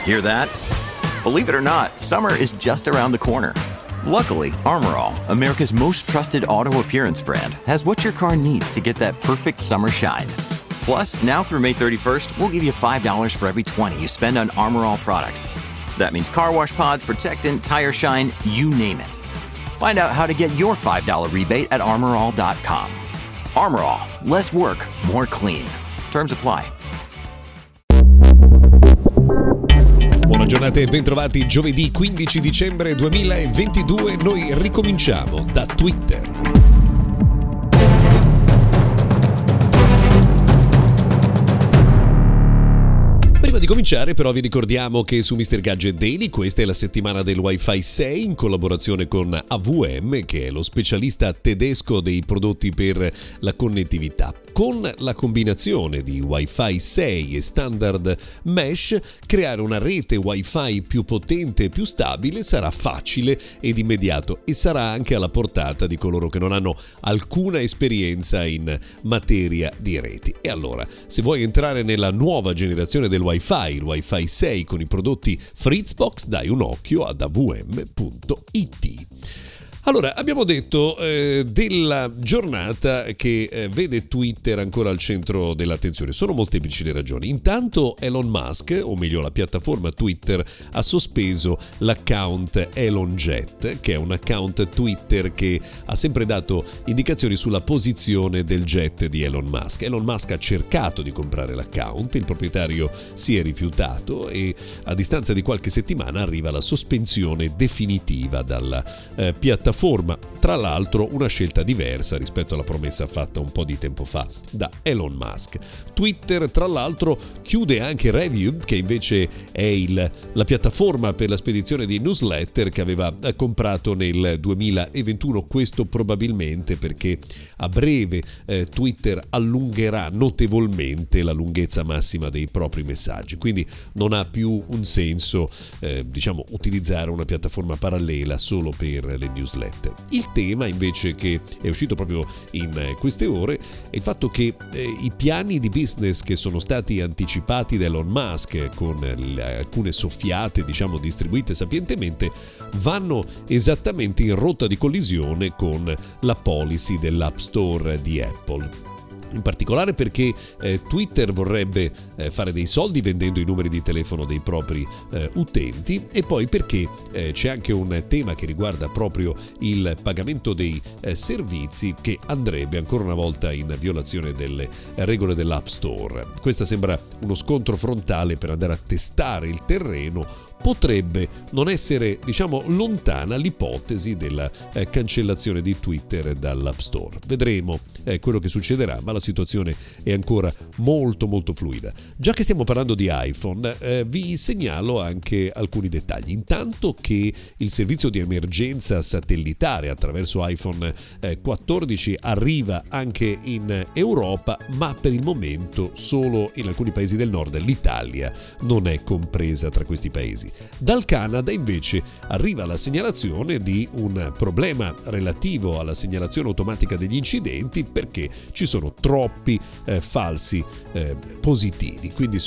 Hear that? Believe it or not, summer is just around the corner. Luckily, Armor All, America's most trusted auto appearance brand, has what your car needs to get that perfect summer shine. Plus, now through May 31st, we'll give you $5 for every $20 you spend on Armor All products. That means car wash pods, protectant, tire shine, you name it. Find out how to get your $5 rebate at armorall.com. Armor All, less work, more clean. Terms apply. Buona giornata e bentrovati. Giovedì 15 dicembre 2022 noi ricominciamo da Twitter. Prima di cominciare però vi ricordiamo che su Mr. Gadget Daily questa è la settimana del Wi-Fi 6 in collaborazione con AVM, che è lo specialista tedesco dei prodotti per la connettività. Con la combinazione di Wi-Fi 6 e standard mesh, creare una rete Wi-Fi più potente e più stabile sarà facile ed immediato e sarà anche alla portata di coloro che non hanno alcuna esperienza in materia di reti. E allora, se vuoi entrare nella nuova generazione del Wi-Fi, il Wi-Fi 6 con i prodotti Fritzbox, dai un occhio ad avm.it. Allora, abbiamo detto della giornata che vede Twitter ancora al centro dell'attenzione. Sono molteplici le ragioni. Intanto Elon Musk, o meglio la piattaforma Twitter, ha sospeso l'account ElonJet, che è un account Twitter che ha sempre dato indicazioni sulla posizione del jet di Elon Musk. Elon Musk ha cercato di comprare l'account, il proprietario si è rifiutato e a distanza di qualche settimana arriva la sospensione definitiva dalla piattaforma. Tra l'altro una scelta diversa rispetto alla promessa fatta un po' di tempo fa da Elon Musk. Twitter tra l'altro chiude anche Review, che invece è la piattaforma per la spedizione di newsletter che aveva comprato nel 2021, questo probabilmente perché a breve Twitter allungherà notevolmente la lunghezza massima dei propri messaggi, quindi non ha più un senso utilizzare una piattaforma parallela solo per le newsletter. Il tema invece che è uscito proprio in queste ore è il fatto che i piani di business che sono stati anticipati da Elon Musk con alcune soffiate distribuite sapientemente vanno esattamente in rotta di collisione con la policy dell'App Store di Apple. In particolare perché Twitter vorrebbe fare dei soldi vendendo i numeri di telefono dei propri utenti, e poi perché c'è anche un tema che riguarda proprio il pagamento dei servizi che andrebbe ancora una volta in violazione delle regole dell'App Store. Questa sembra uno scontro frontale per andare a testare il terreno. Potrebbe non essere, lontana l'ipotesi della cancellazione di Twitter dall'App Store. Vedremo quello che succederà, ma la situazione è ancora molto molto fluida. Già che stiamo parlando di iPhone, vi segnalo anche alcuni dettagli. Intanto che il servizio di emergenza satellitare attraverso iPhone 14 arriva anche in Europa, ma per il momento solo in alcuni paesi del nord. L'Italia non è compresa tra questi paesi. Dal Canada invece arriva la segnalazione di un problema relativo alla segnalazione automatica degli incidenti, perché ci sono troppi falsi positivi, quindi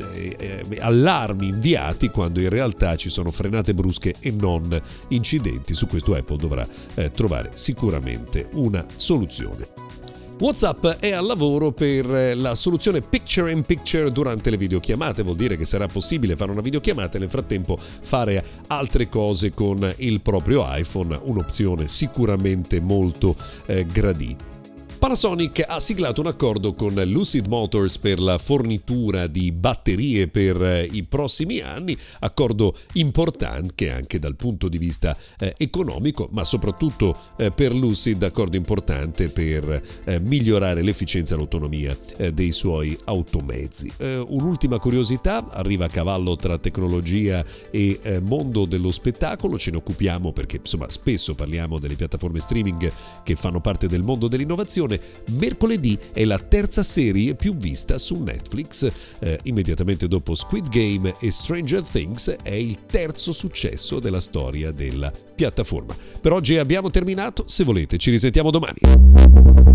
allarmi inviati quando in realtà ci sono frenate brusche e non incidenti. Su questo Apple dovrà trovare sicuramente una soluzione. WhatsApp è al lavoro per la soluzione Picture in Picture durante le videochiamate. Vuol dire che sarà possibile fare una videochiamata e nel frattempo fare altre cose con il proprio iPhone, un'opzione sicuramente molto gradita. Panasonic ha siglato un accordo con Lucid Motors per la fornitura di batterie per i prossimi anni, accordo importante anche dal punto di vista economico, ma soprattutto per Lucid accordo importante per migliorare l'efficienza e l'autonomia dei suoi automezzi. Un'ultima curiosità, arriva a cavallo tra tecnologia e mondo dello spettacolo, ce ne occupiamo perché spesso parliamo delle piattaforme streaming che fanno parte del mondo dell'innovazione. Mercoledì è la terza serie più vista su Netflix, immediatamente dopo Squid Game e Stranger Things è il terzo successo della storia della piattaforma. Per oggi abbiamo terminato, se volete ci risentiamo domani.